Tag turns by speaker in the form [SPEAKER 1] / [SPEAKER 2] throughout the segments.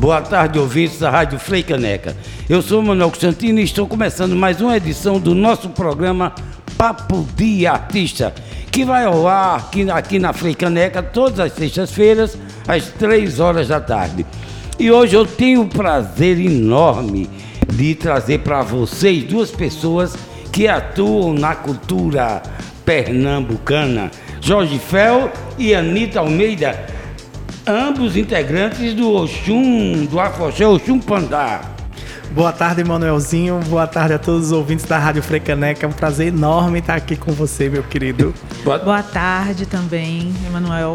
[SPEAKER 1] Boa tarde, ouvintes da Rádio Frei Caneca. Eu sou Manuel Constantino e estou começando mais uma edição do nosso programa Papo de Artista, que vai ao ar aqui na Frei Caneca todas as sextas-feiras, às 3 horas da tarde. E hoje eu tenho o prazer enorme de trazer para vocês duas pessoas que atuam na cultura pernambucana, Jorge Fel e Anita Almeida, ambos integrantes do Oxum, do Afoxé Oxum Pandá.
[SPEAKER 2] Boa tarde, Manuelzinho. Boa tarde a todos os ouvintes da Rádio Frei Caneca. É um prazer enorme estar aqui com você, meu querido.
[SPEAKER 3] Boa tarde também, Emanuel.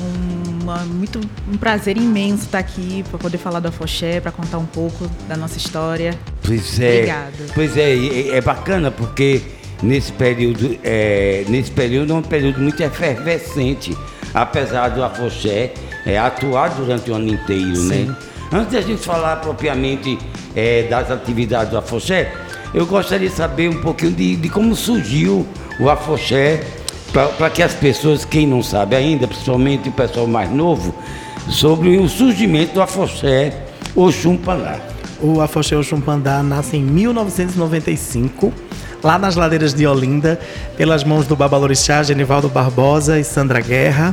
[SPEAKER 3] Um prazer imenso estar aqui para poder falar do Afoxé, para contar um pouco da nossa história.
[SPEAKER 1] Pois é.
[SPEAKER 3] Obrigada.
[SPEAKER 1] Pois é bacana porque nesse período é um período muito efervescente, apesar do Afoxé atuar durante o ano inteiro, sim, né? Antes de a gente falar propriamente das atividades do Afoxé, eu gostaria de saber um pouquinho de como surgiu o Afoxé, para que as pessoas, quem não sabe ainda, principalmente o pessoal mais novo, sobre o surgimento do Afoxé Oxum Pandá.
[SPEAKER 2] O Afoxé Oxum Pandá nasce em 1995, lá nas ladeiras de Olinda, pelas mãos do Babalorixá, Genivaldo Barbosa e Sandra Guerra,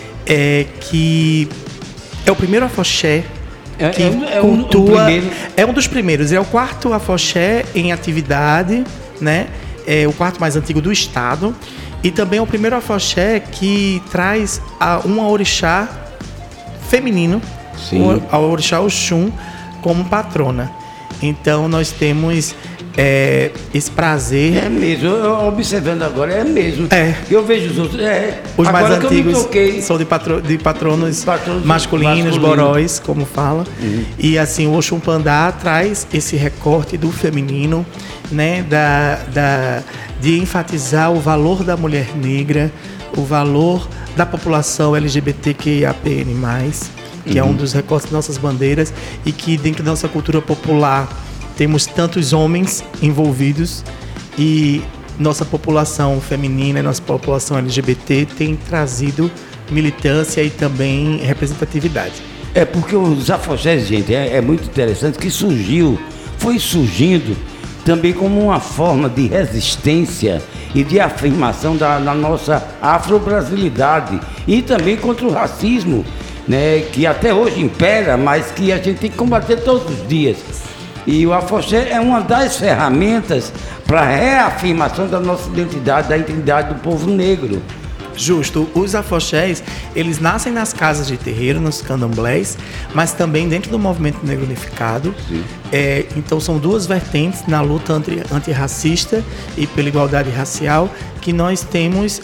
[SPEAKER 2] que é o primeiro Afoxé que cultua. É um dos primeiros, é o quarto Afoxé em atividade, né? É o quarto mais antigo do estado. E também é o primeiro Afoxé que traz um orixá feminino, a orixá Oxum, como patrona. Então nós temos esse prazer.
[SPEAKER 1] É mesmo, eu observando agora, é mesmo. Eu vejo os outros.
[SPEAKER 2] Os mais
[SPEAKER 1] agora
[SPEAKER 2] antigos são de patronos masculinos, boróis, como fala. E assim, o Oxum Pandá traz esse recorte do feminino, né? De enfatizar o valor da mulher negra, o valor da população LGBTQIAPN+, que é um dos recortes de nossas bandeiras, e que dentro da nossa cultura popular temos tantos homens envolvidos, e nossa população feminina e nossa população LGBT tem trazido militância e também representatividade.
[SPEAKER 1] É porque os afoxés, gente, é muito interessante que foi surgindo também como uma forma de resistência e de afirmação da nossa afro-brasilidade e também contra o racismo, né, que até hoje impera, mas que a gente tem que combater todos os dias. E o Afoxé é uma das ferramentas para a reafirmação da nossa identidade, da identidade do povo negro.
[SPEAKER 2] Justo. Os afoxés, eles nascem nas casas de terreiro, nos candomblés, mas também dentro do movimento negro unificado. Então são duas vertentes na luta antirracista e pela igualdade racial, que nós temos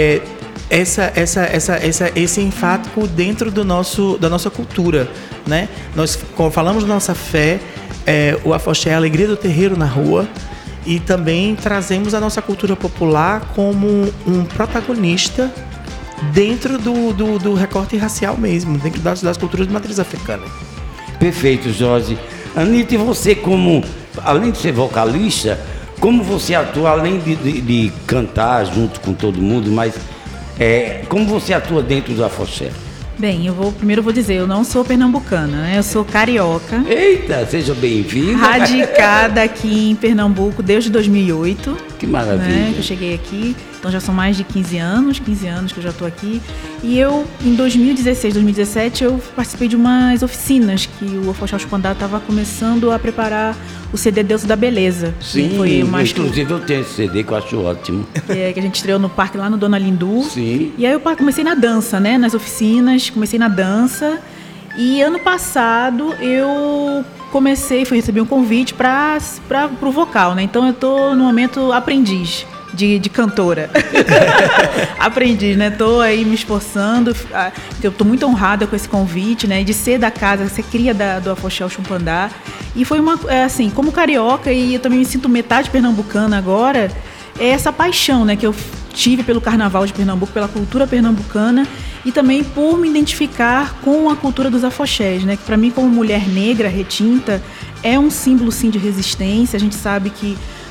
[SPEAKER 2] esse enfático dentro da nossa cultura, né? Nós falamos da nossa fé, o Afoxé é a alegria do terreiro na rua, e também trazemos a nossa cultura popular como um protagonista dentro do recorte racial mesmo, dentro das culturas de matriz africana.
[SPEAKER 1] Perfeito, Jorge. Anita, e você, além de ser vocalista, como você atua, além de cantar junto com todo mundo, mas como você atua dentro do Afoxé?
[SPEAKER 3] Bem, primeiro eu vou dizer, eu não sou pernambucana, né? Eu sou carioca.
[SPEAKER 1] Eita, seja bem-vinda.
[SPEAKER 3] Radicada aqui em Pernambuco desde 2008.
[SPEAKER 1] Que maravilha.
[SPEAKER 3] Né, que eu cheguei aqui, então já são mais de 15 anos que eu já estou aqui. E eu, em 2016, 2017, eu participei de umas oficinas que o Afoxé Oxum Pandá estava começando a preparar o CD Deus da Beleza.
[SPEAKER 1] Sim, inclusive eu tenho esse CD que eu acho ótimo.
[SPEAKER 3] Que a gente estreou no parque lá no Dona Lindu.
[SPEAKER 1] Sim.
[SPEAKER 3] E aí eu comecei na dança, né? Nas oficinas, comecei na dança. E ano passado eu recebi um convite para o vocal, né? Então eu estou no momento aprendiz de cantora. Aprendiz, né? Estou aí me esforçando. Eu estou muito honrada com esse convite, né? De ser da casa, ser cria do Afoxé Oxum Pandá. E foi assim, como carioca, e eu também me sinto metade pernambucana agora, essa paixão, né? Que eu tive pelo carnaval de Pernambuco, pela cultura pernambucana, e também por me identificar com a cultura dos afoxés, né? Que para mim, como mulher negra, retinta, é um símbolo, sim, de resistência. A gente sabe que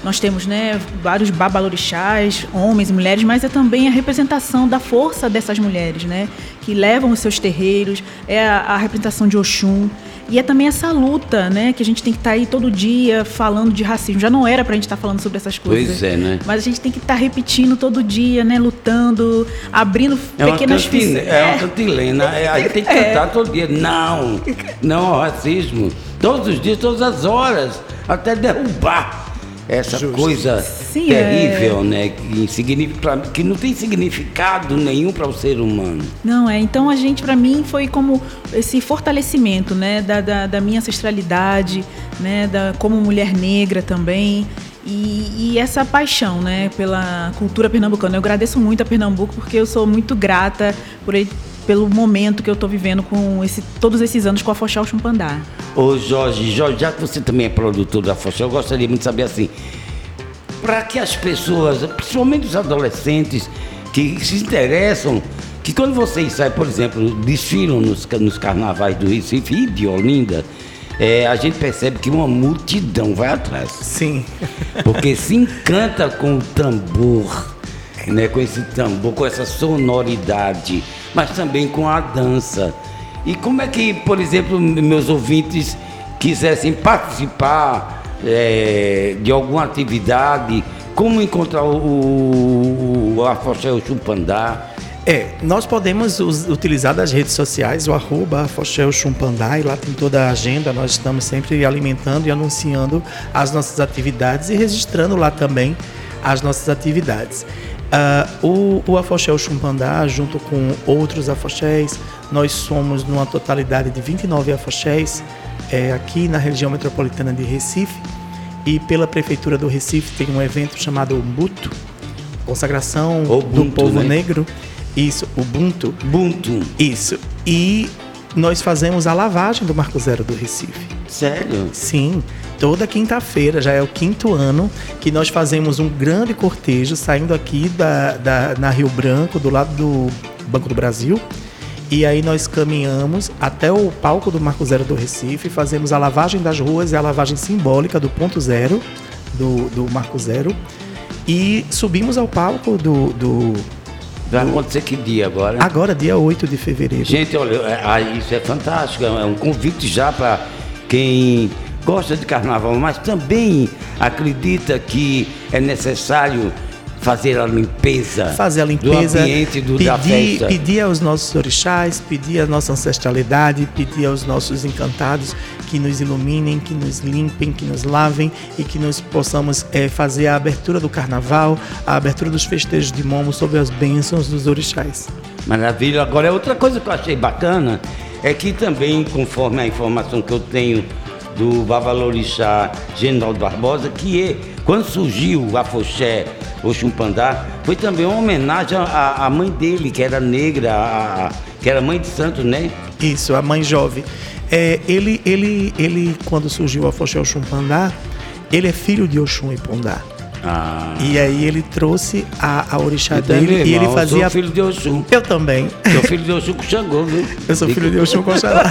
[SPEAKER 3] nós temos, né, vários babalorixás, homens e mulheres, mas é também a representação da força dessas mulheres, né, que levam os seus terreiros, é a representação de Oxum. E é também essa luta, né, que a gente tem que estar aí todo dia falando de racismo. Já não era pra gente estar falando sobre essas coisas.
[SPEAKER 1] Pois é, né?
[SPEAKER 3] Mas a gente tem que estar repetindo todo dia, né, lutando, abrindo pequenas...
[SPEAKER 1] É uma cantilena. A gente tem que cantar todo dia. Não ao racismo. Todos os dias, todas as horas. Até derrubar essa coisa terrível, né? Que não tem significado nenhum para o ser humano.
[SPEAKER 3] Não, então a gente, para mim, foi como esse fortalecimento, né? Da minha ancestralidade, né? Como mulher negra também. E essa paixão, né? Pela cultura pernambucana. Eu agradeço muito a Pernambuco porque eu sou muito grata pelo momento que eu estou vivendo com todos esses anos com a Afoxé Oxum Pandá.
[SPEAKER 1] Ô Jorge, já que você também é produtor da Afoxé, eu gostaria muito de saber assim, para que as pessoas, principalmente os adolescentes, que se interessam, que quando vocês saem, por exemplo, desfilam nos carnavais do Recife e de Olinda, a gente percebe que uma multidão vai atrás.
[SPEAKER 2] Sim.
[SPEAKER 1] Porque se encanta com o tambor, né, com esse tambor, com essa sonoridade, mas também com a dança. E como é que, por exemplo, meus ouvintes quisessem participar de alguma atividade, como encontrar o Afoxé Oxum Pandá?
[SPEAKER 2] Nós podemos utilizar das redes sociais, o @Afoxé Oxum Pandá, e lá tem toda a agenda. Nós estamos sempre alimentando e anunciando as nossas atividades e registrando lá também as nossas atividades. O Afoxé Oxum Pandá, junto com outros afoxés, nós somos numa totalidade de 29 afoxés aqui na região metropolitana de Recife, e pela Prefeitura do Recife tem um evento chamado Ubuntu, consagração do povo negro. Isso, Ubuntu. Isso. E nós fazemos a lavagem do Marco Zero do Recife.
[SPEAKER 1] Sério?
[SPEAKER 2] Sim. Toda quinta-feira, já é o 5º ano, que nós fazemos um grande cortejo saindo aqui na Rio Branco, do lado do Banco do Brasil. E aí nós caminhamos até o palco do Marco Zero do Recife, fazemos a lavagem das ruas, a lavagem simbólica do ponto zero, do Marco Zero. E subimos ao palco
[SPEAKER 1] Vai acontecer que dia agora?
[SPEAKER 2] Agora, dia 8 de fevereiro.
[SPEAKER 1] Gente, olha, isso é fantástico. É um convite já para quem gosta de carnaval, mas também acredita que é necessário fazer a limpeza do ambiente da festa.
[SPEAKER 2] Pedir aos nossos orixás, pedir à nossa ancestralidade, pedir aos nossos encantados que nos iluminem, que nos limpem, que nos lavem e que nós possamos fazer a abertura do carnaval, a abertura dos festejos de Momo sob as bênçãos dos orixás.
[SPEAKER 1] Maravilha. Agora, outra coisa que eu achei bacana é que também, conforme a informação que eu tenho do babalorixá Genivaldo Barbosa, que quando surgiu o Afoxé Oxum Pandá, foi também uma homenagem à mãe dele, que era negra, que era mãe de santo, né?
[SPEAKER 2] Isso, a mãe Jove. Ele, quando surgiu o Afoxé Oxum Pandá, ele é filho de Oxum e Pondá. E aí ele trouxe a orixá dele,
[SPEAKER 1] irmão,
[SPEAKER 2] e ele fazia...
[SPEAKER 1] Eu sou filho de Oxum.
[SPEAKER 2] Eu também.
[SPEAKER 1] Sou filho de Oxum com Xangô, viu?
[SPEAKER 2] Eu sou filho de Oxum com Xangô.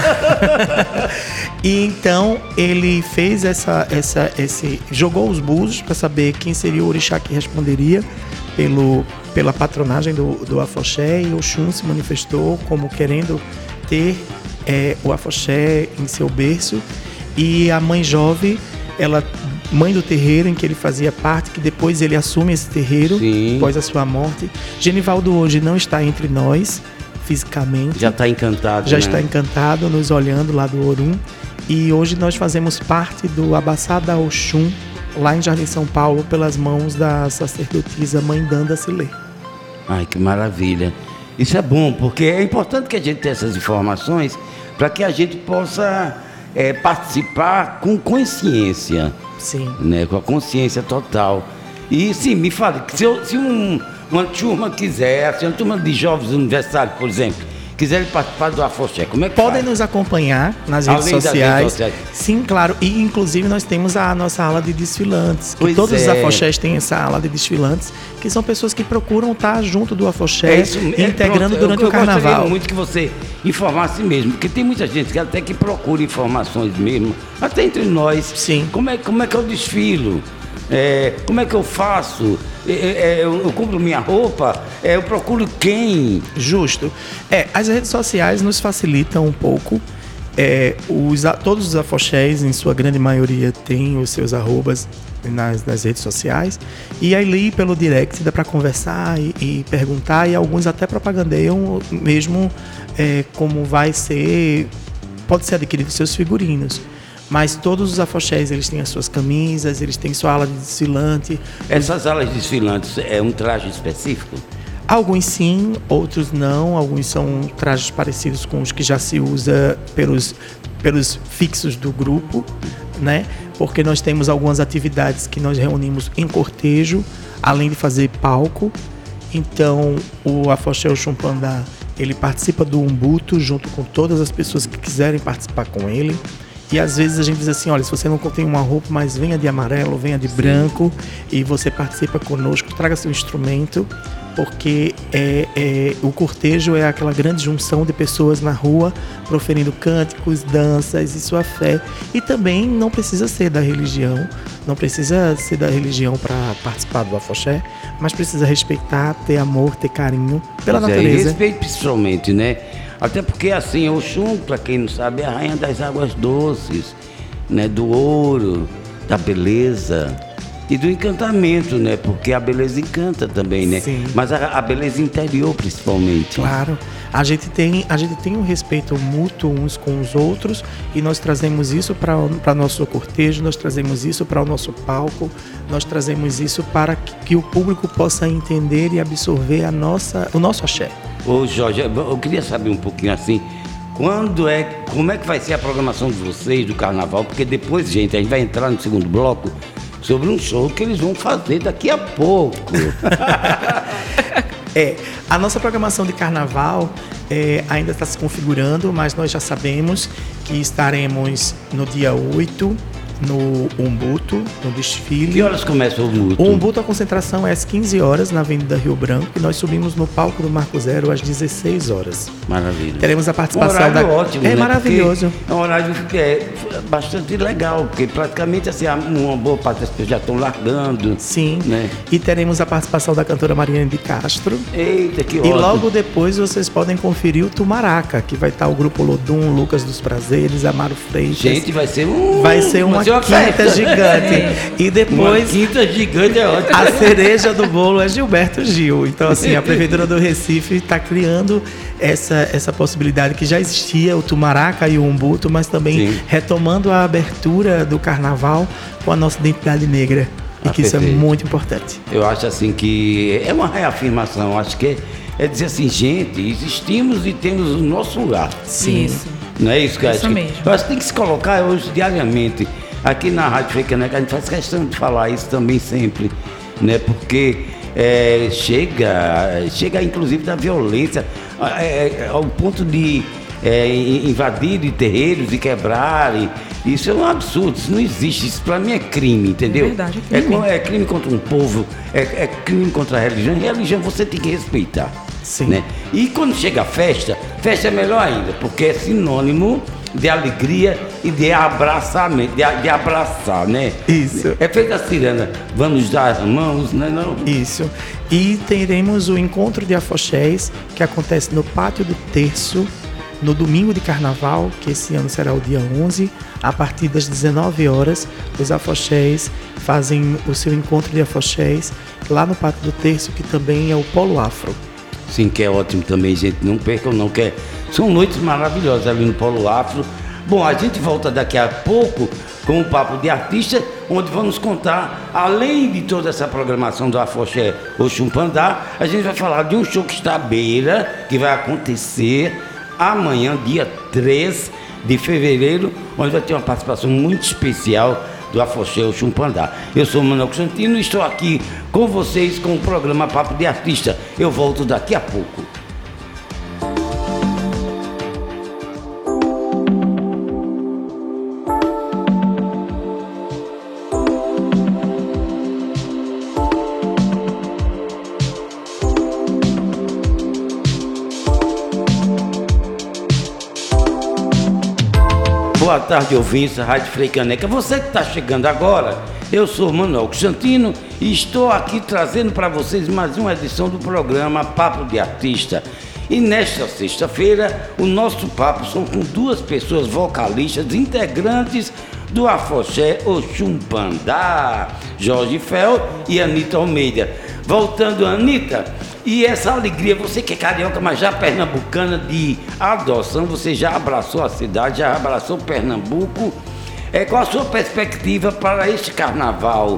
[SPEAKER 2] E então ele fez jogou os búzios para saber quem seria o orixá que responderia pela patronagem do Afoxé, e Oxum se manifestou como querendo ter o Afoxé em seu berço, e a mãe Jove, ela mãe do terreiro em que ele fazia parte, que depois ele assume esse terreiro.
[SPEAKER 1] Sim.
[SPEAKER 2] Após a sua morte. Genivaldo hoje não está entre nós fisicamente.
[SPEAKER 1] Já está encantado.
[SPEAKER 2] Já está encantado, nos olhando lá do Orum. E hoje nós fazemos parte do Abaçá da Oxum, lá em Jardim São Paulo, pelas mãos da sacerdotisa Mãe Danda Silê.
[SPEAKER 1] Ai, que maravilha. Isso é bom, porque é importante que a gente tenha essas informações para que a gente possa participar com consciência.
[SPEAKER 2] Sim.
[SPEAKER 1] Né, com a consciência total. E sim, me fale, se uma turma quiser, se uma turma de jovens universitários, por exemplo, quiserem participar do Afoxé, como é que
[SPEAKER 2] podem
[SPEAKER 1] faz?
[SPEAKER 2] nos acompanhar nas redes sociais. Sim, claro. E inclusive nós temos a nossa ala de desfilantes. Que todos os afoxés têm essa ala de desfilantes, que são pessoas que procuram estar junto do afoxé, integrando durante o carnaval. Eu gostaria muito
[SPEAKER 1] que você informasse mesmo, porque tem muita gente que até que procura informações mesmo, até entre nós.
[SPEAKER 2] Sim.
[SPEAKER 1] Como é que eu desfilo? Como é que eu faço? Eu compro minha roupa? Eu procuro quem?
[SPEAKER 2] Justo. As redes sociais nos facilitam um pouco. Todos os afoxés, em sua grande maioria, têm os seus arrobas nas redes sociais. E ali, pelo direct, dá para conversar e perguntar. E alguns até propagandeiam mesmo como vai ser... Pode ser adquirido seus figurinos. Mas todos os afoxés, eles têm as suas camisas, eles têm sua ala de desfilante.
[SPEAKER 1] Essas alas desfilantes é um traje específico?
[SPEAKER 2] Alguns sim, outros não. Alguns são trajes parecidos com os que já se usa pelos fixos do grupo, né? Porque nós temos algumas atividades que nós reunimos em cortejo, além de fazer palco. Então, o Afoxé Oxum Pandá, ele participa do Umbuto junto com todas as pessoas que quiserem participar com ele. E às vezes a gente diz assim, olha, se você não tem uma roupa, mas venha de amarelo, venha de branco, e você participa conosco, traga seu instrumento, porque o cortejo é aquela grande junção de pessoas na rua, proferindo cânticos, danças e sua fé. E também não precisa ser da religião, para participar do afoxé, mas precisa respeitar, ter amor, ter carinho pela natureza.
[SPEAKER 1] E respeito principalmente, né? Até porque, assim, Oxum, para quem não sabe, é a rainha das águas doces, né? Do ouro, da beleza e do encantamento, né? Porque a beleza encanta também, né?
[SPEAKER 2] Sim.
[SPEAKER 1] Mas a beleza interior, principalmente.
[SPEAKER 2] Claro. A gente tem um respeito mútuo uns com os outros e nós trazemos isso para nosso cortejo, nós trazemos isso para o nosso palco, nós trazemos isso para que o público possa entender e absorver o nosso axé.
[SPEAKER 1] Ô Jorge, eu queria saber um pouquinho assim, como é que vai ser a programação de vocês do carnaval? Porque depois, gente, a gente vai entrar no segundo bloco sobre um show que eles vão fazer daqui a pouco.
[SPEAKER 2] A nossa programação de carnaval ainda está se configurando, mas nós já sabemos que estaremos no dia 8, no Umbuto, no desfile.
[SPEAKER 1] Que horas começa o Umbuto?
[SPEAKER 2] O Umbuto, a concentração é às 15 horas na Avenida Rio Branco e nós subimos no palco do Marco Zero às 16 horas.
[SPEAKER 1] Maravilha.
[SPEAKER 2] Teremos a participação
[SPEAKER 1] um horário ótimo, né?
[SPEAKER 2] Maravilhoso.
[SPEAKER 1] Porque é um horário bastante legal, porque praticamente assim, uma boa parte das pessoas já estão largando.
[SPEAKER 2] Sim,
[SPEAKER 1] né?
[SPEAKER 2] E teremos a participação da cantora Mariane de Castro.
[SPEAKER 1] Eita, que ótimo.
[SPEAKER 2] E logo depois vocês podem conferir o Tumaraca, que vai estar o grupo Lodum, Lucas dos Prazeres, Amaro Freitas.
[SPEAKER 1] Gente, vai ser
[SPEAKER 2] uma quinta gigante. E depois...
[SPEAKER 1] Uma quinta gigante é ótimo.
[SPEAKER 2] A cereja do bolo é Gilberto Gil. Então, assim, a Prefeitura do Recife está criando essa possibilidade que já existia, o Tumaraca e o Umbuto, mas também
[SPEAKER 1] Sim.
[SPEAKER 2] retomando a abertura do carnaval com a nossa identidade negra. E que isso é muito importante.
[SPEAKER 1] Eu acho assim que é uma reafirmação. Acho que é dizer assim, gente, existimos e temos o nosso lugar.
[SPEAKER 2] Sim.
[SPEAKER 3] Isso.
[SPEAKER 1] Não é isso que eu acho?
[SPEAKER 3] Mesmo.
[SPEAKER 1] Eu acho que tem que se colocar hoje diariamente. Aqui na Rádio Frecaneca a gente faz questão de falar isso também sempre, né? Porque chega inclusive da violência ao ponto de invadir terreiros e quebrarem. Isso é um absurdo, isso não existe, isso para mim é crime, entendeu?
[SPEAKER 3] É verdade, é crime.
[SPEAKER 1] É crime contra um povo, é crime contra a religião, e a religião você tem que respeitar.
[SPEAKER 2] Sim.
[SPEAKER 1] Né? E quando chega a festa é melhor ainda, porque é sinônimo de alegria e de abraçamento, de abraçar, né?
[SPEAKER 2] Isso.
[SPEAKER 1] É feita a ciranda, vamos dar as mãos, né? Não.
[SPEAKER 2] Isso. E teremos o encontro de afoxés, que acontece no Pátio do Terço, no domingo de carnaval, que esse ano será o dia 11, a partir das 19 horas, os afoxés fazem o seu encontro de afoxés lá no Pátio do Terço, que também é o Polo Afro.
[SPEAKER 1] Sim, que é ótimo também, gente. Não percam não, são noites maravilhosas ali no Polo Afro. Bom, a gente volta daqui a pouco com o Papo de Artista, onde vamos contar, além de toda essa programação do Afoxé Oxum Pandá, a gente vai falar de um show que está à beira, que vai acontecer amanhã, dia 3 de fevereiro, onde vai ter uma participação muito especial do Afoxé Oxum Pandá. Eu sou o Manuel Constantino e estou aqui com vocês com o programa Papo de Artista. Eu volto daqui a pouco. Boa tarde, ouvintes da Rádio Frecaneca. Você que está chegando agora, Eu sou Manuel Constantino e estou aqui trazendo para vocês mais uma edição do programa Papo de Artista. E nesta sexta-feira, o nosso papo são com duas pessoas vocalistas integrantes do Afoxé Oxumpandá, Jorge Fel e Anita Almeida. Voltando, Anita, e essa alegria, você que é carioca, mas já pernambucana de adoção, você já abraçou a cidade, já abraçou Pernambuco. Qual a sua perspectiva para este carnaval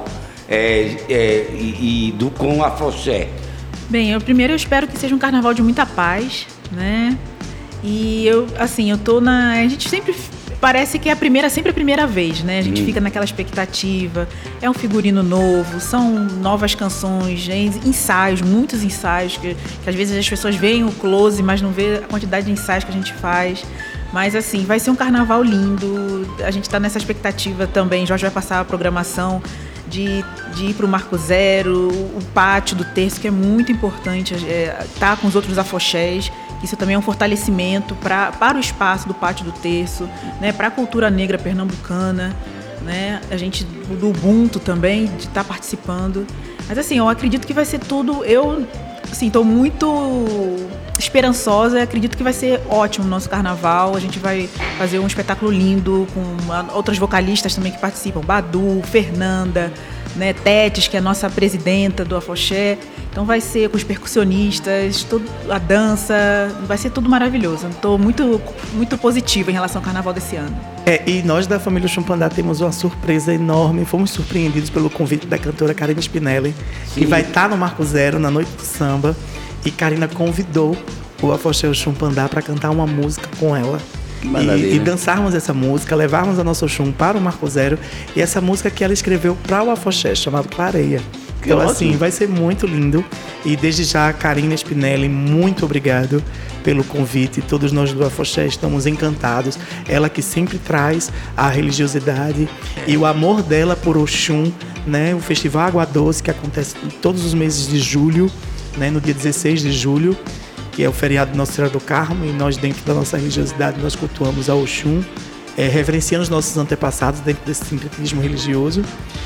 [SPEAKER 1] com o Afoxé?
[SPEAKER 3] Bem, primeiro eu espero que seja um carnaval de muita paz, né? E a gente sempre parece que é sempre a primeira vez, né? A gente fica naquela expectativa, é um figurino novo, são novas canções, ensaios, muitos ensaios, que às vezes as pessoas veem o close, mas não vê a quantidade de ensaios que a gente faz. Mas assim, vai ser um carnaval lindo, a gente está nessa expectativa também. Jorge vai passar a programação de ir para o Marco Zero, o pátio do terço, que é muito importante, tá com os outros afoxés. Isso também é um fortalecimento para o espaço do pátio do terço, né, para a cultura negra pernambucana, né, a gente do Ubuntu também, de estar participando. Mas assim, eu acredito que vai ser tudo, estou muito esperançosa, acredito que vai ser ótimo o nosso carnaval. A gente vai fazer um espetáculo lindo com outras vocalistas também que participam, Badu, Fernanda, né, Tetes, que é a nossa presidenta do Afoxé. Então vai ser com os percussionistas, a dança, vai ser tudo maravilhoso. Estou muito, muito positiva em relação ao carnaval desse ano.
[SPEAKER 2] E nós da família Oxumpandá temos uma surpresa enorme. Fomos surpreendidos pelo convite da cantora Karina Spinelli, que vai estar no Marco Zero na noite do samba. E Karina convidou o Afoxé Oxumpandá para cantar uma música com ela. E dançarmos essa música, levarmos a nossa Oxum para o Marco Zero. E essa música que ela escreveu para o Afoxé, chamada Clareia. Então, assim, vai ser muito lindo. E desde já, Karina Spinelli, muito obrigado pelo convite. Todos nós do Afoxé estamos encantados. Ela que sempre traz a religiosidade e o amor dela por Oxum, né? O Festival Água Doce, que acontece todos os meses de julho, né? No dia 16 de julho, que é o feriado de Nossa Senhora do Carmo. E nós, dentro da nossa religiosidade, nós cultuamos a Oxum, reverenciando os nossos antepassados dentro desse sincretismo religioso.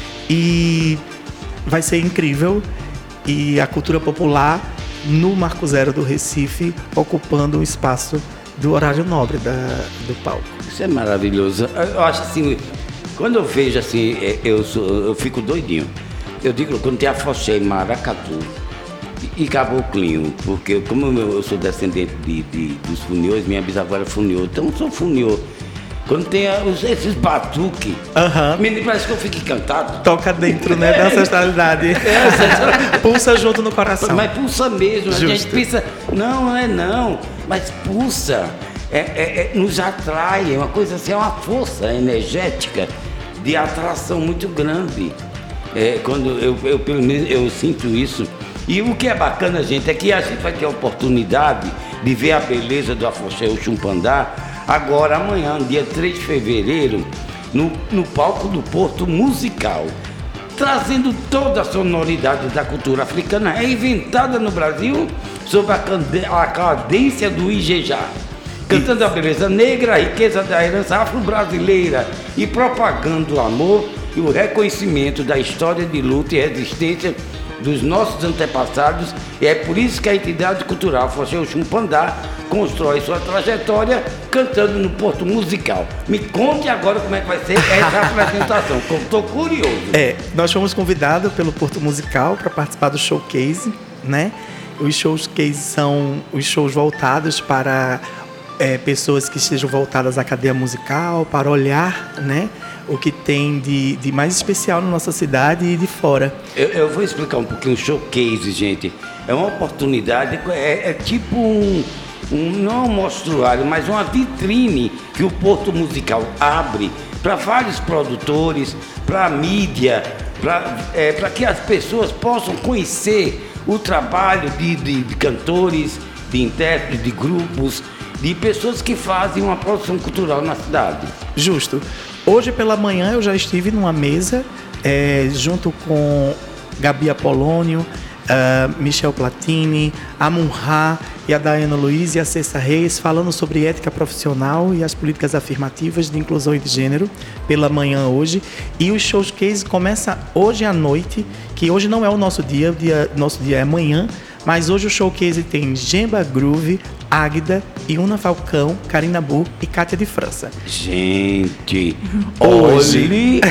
[SPEAKER 2] E vai ser incrível, e a cultura popular no Marco Zero do Recife, ocupando o espaço do horário nobre do palco.
[SPEAKER 1] Isso é maravilhoso. Eu acho assim, quando eu vejo assim, eu fico doidinho. Eu digo, quando tem Afoxé em Maracatu e Caboclinho, porque como eu sou descendente dos funiôs, minha bisavó era funiô, então eu sou funiô. Quando tem esses batuques, menino, parece que eu fico encantado.
[SPEAKER 2] Toca dentro, né, da ancestralidade. Pulsa junto no coração.
[SPEAKER 1] Mas pulsa mesmo. Justo. A gente pensa, não, mas pulsa. Nos atrai, é uma coisa assim, é uma força energética de atração muito grande. Quando pelo menos eu sinto isso. E o que é bacana, gente, é que a gente vai ter a oportunidade de ver a beleza do Afoxé Oxumpandá agora, amanhã, dia 3 de fevereiro, no palco do Porto Musical, trazendo toda a sonoridade da cultura africana reinventada no Brasil sob a cadência do Ijejá, cantando a beleza negra, a riqueza da herança afro-brasileira e propagando o amor e o reconhecimento da história de luta e resistência dos nossos antepassados. E é por isso que a entidade cultural Afoxé Oxumpandá constrói sua trajetória cantando no Porto Musical. Me conte agora como é que vai ser essa apresentação, que eu estou curioso.
[SPEAKER 2] Nós fomos convidados pelo Porto Musical para participar do showcase, né? Os showcase são os shows voltados para pessoas que estejam voltadas à cadeia musical, para olhar, né, o que tem de mais especial na nossa cidade e de fora.
[SPEAKER 1] Eu vou explicar um pouquinho o showcase, gente. É uma oportunidade, é tipo não é um mostruário, mas uma vitrine que o Porto Musical abre para vários produtores, para a mídia, para que as pessoas possam conhecer o trabalho de cantores, de intérpretes, de grupos, de pessoas que fazem uma produção cultural na cidade.
[SPEAKER 2] Justo. Hoje pela manhã eu já estive numa mesa junto com Gabi Apolônio, Michel Platini, Amun-Ra. e a Daiane Luiz e a Cessa Reis falando sobre ética profissional e as políticas afirmativas de inclusão e de gênero pela manhã hoje. E o showcase começa hoje à noite, que hoje não é o nosso dia, nosso dia é amanhã, mas hoje o showcase tem Gemba Groove, Águida, Iuna Falcão, Karina Bu e Kátia de França.
[SPEAKER 1] Gente,
[SPEAKER 2] Hoje-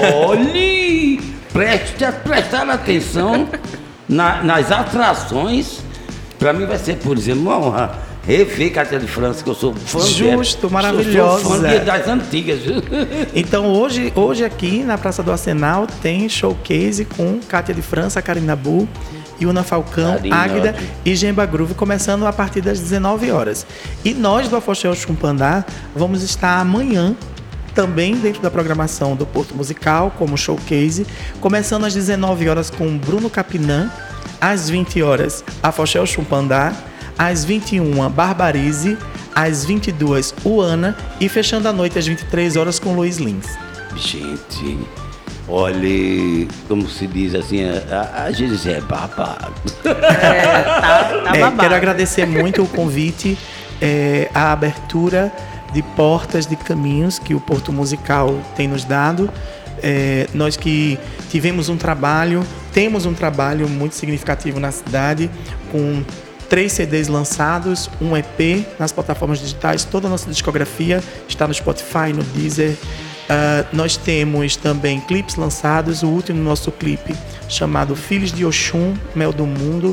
[SPEAKER 1] olhe, prestar atenção nas atrações. Para mim vai ser, por exemplo, uma honra rever Kátia de França, que eu sou fã dela.
[SPEAKER 2] Justo, maravilhosa.
[SPEAKER 1] Sou fã das antigas.
[SPEAKER 2] Então hoje aqui na Praça do Arsenal tem showcase com Kátia de França, Karina Bu, Iuna Falcão,
[SPEAKER 1] Karina.
[SPEAKER 2] Águida e Gemba Groove, começando a partir das 19 horas. E nós do Afoxé Oxum Pandá vamos estar amanhã também dentro da programação do Porto Musical, como showcase, começando às 19 horas com Bruno Capinã, às 20 horas Afoxé Oxum Pandá, às 21 Barbarize, às 22 Uana e fechando a noite às 23 horas com Luiz Lins.
[SPEAKER 1] Gente, olha, como se diz assim, a gente é babado.
[SPEAKER 3] Tá babado.
[SPEAKER 2] Quero agradecer muito o convite, a abertura de portas, de caminhos que o Porto Musical tem nos dado. Nós que temos um trabalho muito significativo na cidade, com 3 CDs lançados, um EP nas plataformas digitais, toda a nossa discografia está no Spotify, no Deezer. Nós temos também clipes lançados, o último nosso clipe chamado Filhos de Oxum, Mel do Mundo,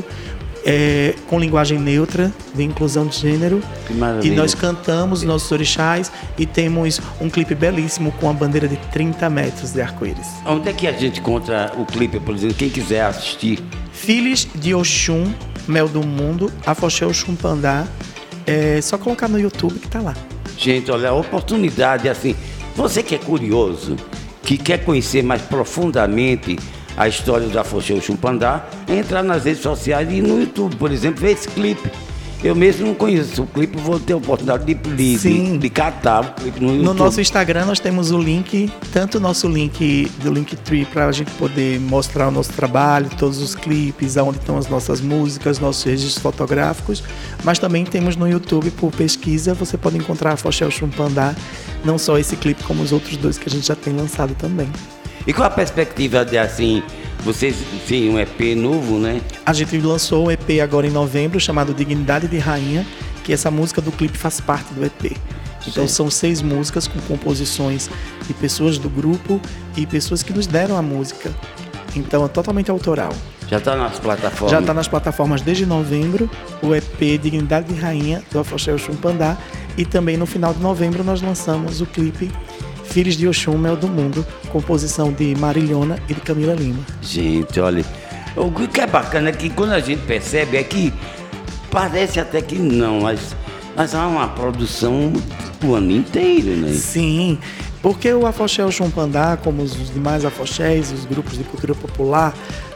[SPEAKER 2] com linguagem neutra, de inclusão de gênero.
[SPEAKER 1] Que maravilha.
[SPEAKER 2] E nós cantamos nossos orixás e temos um clipe belíssimo com a bandeira de 30 metros de arco-íris.
[SPEAKER 1] Onde é que a gente encontra o clipe, por exemplo, quem quiser assistir?
[SPEAKER 2] Filhos de Oxum, Mel do Mundo, Afoxé Oxum Pandá. É só colocar no YouTube que tá lá.
[SPEAKER 1] Gente, olha, a oportunidade, assim, você que é curioso, que quer conhecer mais profundamente a história do Afoxé Oxum Pandá, entrar nas redes sociais e no YouTube, por exemplo, ver esse clipe. Eu mesmo não conheço o clipe, vou ter a oportunidade de catar o clipe no YouTube.
[SPEAKER 2] No nosso Instagram nós temos o link, tanto o nosso link do Linktree para a gente poder mostrar o nosso trabalho, todos os clipes, onde estão as nossas músicas, nossos registros fotográficos, mas também temos no YouTube, por pesquisa, você pode encontrar Afoxé Oxum Pandá, não só esse clipe, como os outros 2 que a gente já tem lançado também.
[SPEAKER 1] E qual a perspectiva de, assim, vocês têm um EP novo, né?
[SPEAKER 2] A gente lançou um EP agora em novembro, chamado Dignidade de Rainha, que essa música do clipe faz parte do EP. Então
[SPEAKER 1] Sim.
[SPEAKER 2] são 6 músicas com composições de pessoas do grupo e pessoas que nos deram a música. Então é totalmente autoral.
[SPEAKER 1] Já está nas plataformas?
[SPEAKER 2] Já está nas plataformas desde novembro, o EP Dignidade de Rainha, do Afoxé Oxum Pandá. E também no final de novembro nós lançamos o clipe Filhos de Oxum, Mel do Mundo, composição de Marilhona e de Camila Lima.
[SPEAKER 1] Gente, olha, o que é bacana é que quando a gente percebe é que parece até que não, mas há uma produção o ano inteiro, né?
[SPEAKER 2] Sim, porque o Afoxé Oxum Pandá, como os demais afoxés, os grupos de cultura popular,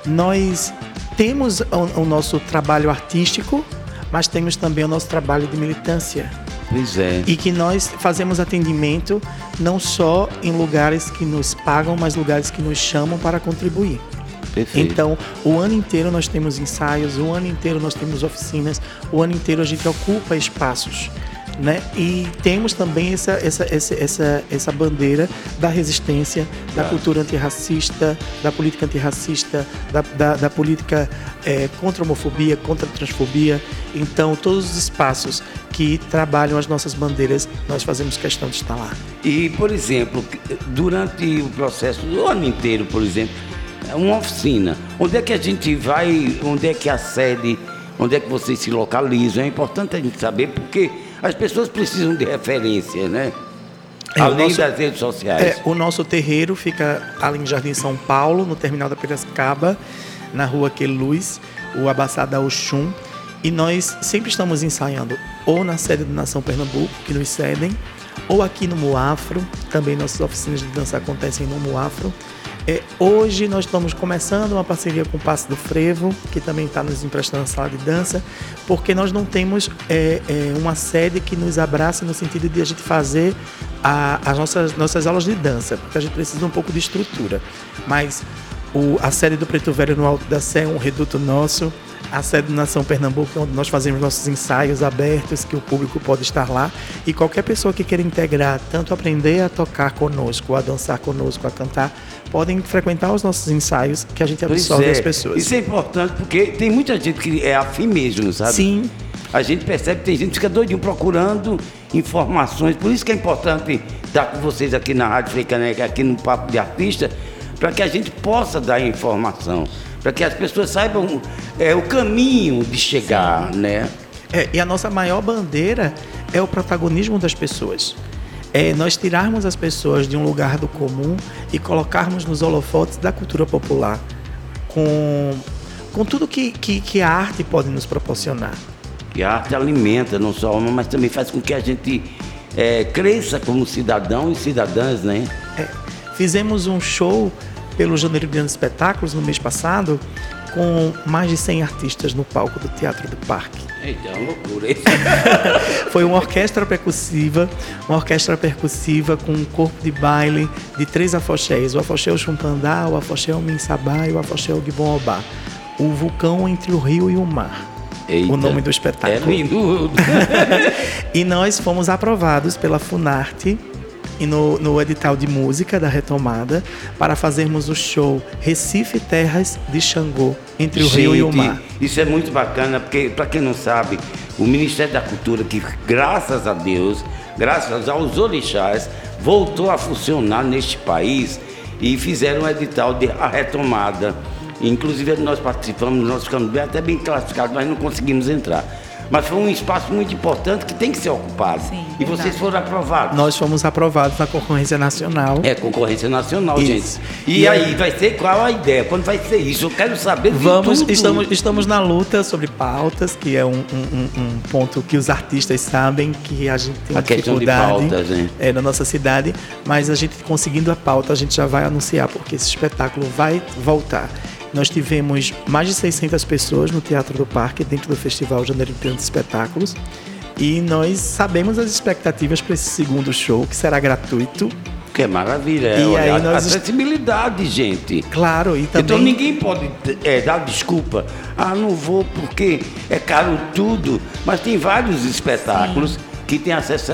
[SPEAKER 2] nós temos o nosso trabalho artístico, mas temos também o nosso trabalho de militância.
[SPEAKER 1] Pois é.
[SPEAKER 2] E que nós fazemos atendimento não só em lugares que nos pagam, mas lugares que nos chamam para contribuir.
[SPEAKER 1] Perfeito.
[SPEAKER 2] Então, o ano inteiro nós temos ensaios, o ano inteiro nós temos oficinas, o ano inteiro a gente ocupa espaços, né? E temos também essa bandeira da resistência, da cultura antirracista, da política antirracista, da política contra a homofobia, contra a transfobia. Então, todos os espaços que trabalham as nossas bandeiras, nós fazemos questão de estar lá.
[SPEAKER 1] E, por exemplo, durante o processo do ano inteiro, por exemplo, uma oficina, onde é que a gente vai, onde é que a sede, onde é que vocês se localizam? É importante a gente saber, porque as pessoas precisam de referência, né? Além das redes sociais.
[SPEAKER 2] O nosso terreiro fica ali em Jardim São Paulo, no terminal da Piracicaba, na rua Queluz, o Abaçada Oxum. E nós sempre estamos ensaiando ou na sede do Nação Pernambuco, que nos cedem, ou aqui no Muafro, também nossas oficinas de dança acontecem no Muafro. Hoje nós estamos começando uma parceria com o Passo do Frevo, que também está nos emprestando a sala de dança, porque nós não temos uma sede que nos abrace no sentido de a gente fazer as nossas aulas de dança, porque a gente precisa de um pouco de estrutura. Mas A sede do Preto Velho no Alto da Sé é um reduto nosso. A sede do Nação Pernambuco, onde nós fazemos nossos ensaios abertos, que o público pode estar lá. E qualquer pessoa que queira integrar, tanto aprender a tocar conosco, a dançar conosco, a cantar, podem frequentar os nossos ensaios, que a gente absorve as pessoas.
[SPEAKER 1] Isso é importante, porque tem muita gente que é afim mesmo, sabe?
[SPEAKER 2] Sim.
[SPEAKER 1] A gente percebe que tem gente que fica doidinho procurando informações. Por isso que é importante estar com vocês aqui na Rádio Frei Caneca, aqui no Papo de Artista, para que a gente possa dar informação, para que as pessoas saibam o caminho de chegar, né?
[SPEAKER 2] E a nossa maior bandeira é o protagonismo das pessoas. É nós tirarmos as pessoas de um lugar do comum e colocarmos nos holofotes da cultura popular, com tudo que a arte pode nos proporcionar.
[SPEAKER 1] Que a arte alimenta não só a alma, mas também faz com que a gente cresça como cidadão e cidadãs, né?
[SPEAKER 2] Fizemos um show pelo Janeiro de Espetáculos no mês passado, com mais de 100 artistas no palco do Teatro do Parque.
[SPEAKER 1] Eita, é uma loucura isso.
[SPEAKER 2] Foi uma orquestra percussiva com um corpo de baile de 3 afoxés: o afoxé Oxumpandá, o afoxé Ominsabá e o afoxé Ogbom-Obá. O vulcão entre o rio e o mar.
[SPEAKER 1] Eita,
[SPEAKER 2] o nome do espetáculo.
[SPEAKER 1] É lindo.
[SPEAKER 2] E nós fomos aprovados pela Funarte e no edital de música da Retomada para fazermos o show Recife Terras de Xangô, entre o rio e o mar.
[SPEAKER 1] Isso é muito bacana, porque, para quem não sabe, o Ministério da Cultura, que graças a Deus, graças aos orixás, voltou a funcionar neste país e fizeram um edital de a retomada. Inclusive nós participamos, nós ficamos até bem classificados, mas não conseguimos entrar. Mas foi um espaço muito importante que tem que ser ocupado. Sim, e verdade. Vocês foram aprovados.
[SPEAKER 2] Nós fomos aprovados na concorrência nacional.
[SPEAKER 1] É, concorrência nacional,
[SPEAKER 2] isso.
[SPEAKER 1] Gente. E aí, vai ser qual a ideia? Quando vai ser isso? Eu quero saber de tudo.
[SPEAKER 2] Estamos na luta sobre pautas, que é um ponto que os artistas sabem que a gente tem uma dificuldade
[SPEAKER 1] de pautas, hein?
[SPEAKER 2] Na nossa cidade. Mas a gente conseguindo a pauta, a gente já vai anunciar, porque esse espetáculo vai voltar. Nós tivemos mais de 600 pessoas no Teatro do Parque, dentro do Festival Janeiro de Espetáculos. E nós sabemos as expectativas para esse segundo show, que será gratuito.
[SPEAKER 1] Que é maravilha.
[SPEAKER 2] E aí
[SPEAKER 1] a acessibilidade, gente.
[SPEAKER 2] Claro, e também...
[SPEAKER 1] Então ninguém pode dar desculpa. Não vou porque é caro tudo. Mas tem vários espetáculos... Sim. Que tem acesso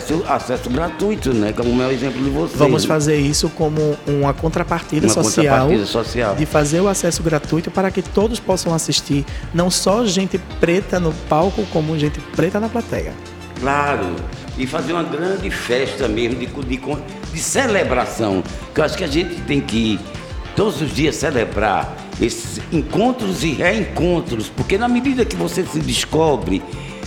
[SPEAKER 1] gratuito, né? Como é o meu exemplo de vocês.
[SPEAKER 2] Vamos fazer isso como uma contrapartida social, de fazer o acesso gratuito para que todos possam assistir, não só gente preta no palco, como gente preta na plateia.
[SPEAKER 1] Claro, e fazer uma grande festa mesmo de celebração, que eu acho que a gente tem que todos os dias celebrar esses encontros e reencontros, porque na medida que você se descobre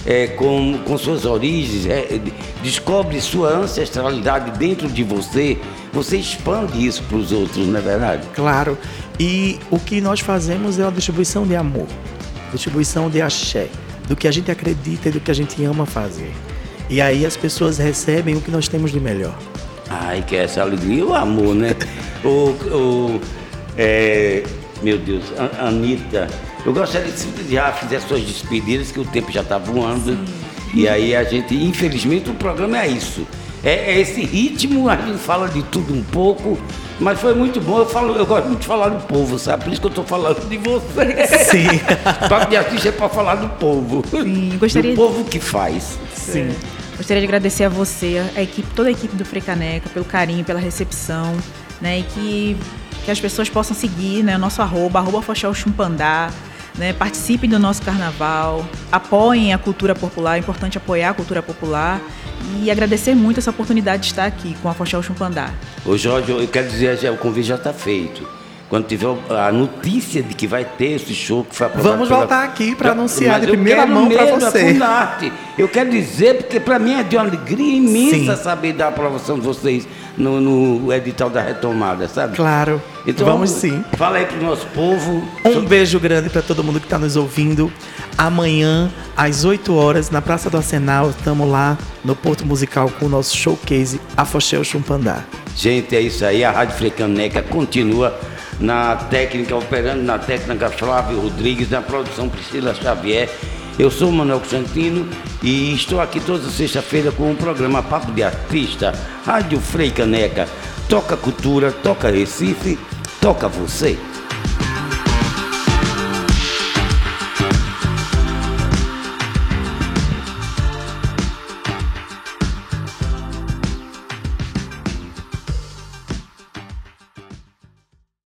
[SPEAKER 1] com suas origens, descobre sua ancestralidade dentro de você, você expande isso para os outros, não é verdade?
[SPEAKER 2] Claro, e o que nós fazemos é uma distribuição de amor, distribuição de axé, do que a gente acredita e do que a gente ama fazer. E aí as pessoas recebem o que nós temos de melhor.
[SPEAKER 1] Ai, que é essa alegria e o amor, né? Meu Deus, Anitta, eu gostaria de já fazer as suas despedidas, que o tempo já está voando. Sim. E aí a gente, infelizmente, o programa é isso. É esse ritmo, a gente fala de tudo um pouco, mas foi muito bom. Eu gosto muito de falar do povo, sabe? Por isso que eu estou falando de você.
[SPEAKER 2] Sim.
[SPEAKER 1] Papo de Artista é para falar do povo.
[SPEAKER 3] Sim, gostaria...
[SPEAKER 1] Do povo que faz.
[SPEAKER 3] Sim. Gostaria de agradecer a você, toda a equipe do Frei Caneca, pelo carinho, pela recepção, né? E que as pessoas possam seguir, né, o nosso arroba Afoxé Oxumpandá, né, participem do nosso carnaval, apoiem a cultura popular, é importante apoiar a cultura popular e agradecer muito essa oportunidade de estar aqui com a Afoxé Oxumpandá.
[SPEAKER 1] Ô Jorge, eu quero dizer, o convite já está feito. Quando tiver a notícia de que vai ter esse show que foi aprovado...
[SPEAKER 2] Vamos voltar aqui para anunciar de primeira mão para você.
[SPEAKER 1] Eu quero dizer, porque para mim é de uma alegria imensa saber da aprovação de vocês no edital da retomada, sabe?
[SPEAKER 2] Claro,
[SPEAKER 1] então,
[SPEAKER 2] vamos sim.
[SPEAKER 1] Fala aí pro nosso povo.
[SPEAKER 2] Um beijo grande para todo mundo que está nos ouvindo. Amanhã, às 8 horas, na Praça do Arsenal, estamos lá no Porto Musical com o nosso showcase Afoxé Oxumpandá.
[SPEAKER 1] Gente, é isso aí. A Rádio Frei Caneca continua na técnica, operando na técnica Flávio Rodrigues, na produção Priscila Xavier. Eu sou o Manuel Constantino e estou aqui toda sexta-feira com o programa Papo de Artista, Rádio Frei Caneca. Toca cultura, toca Recife, toca você.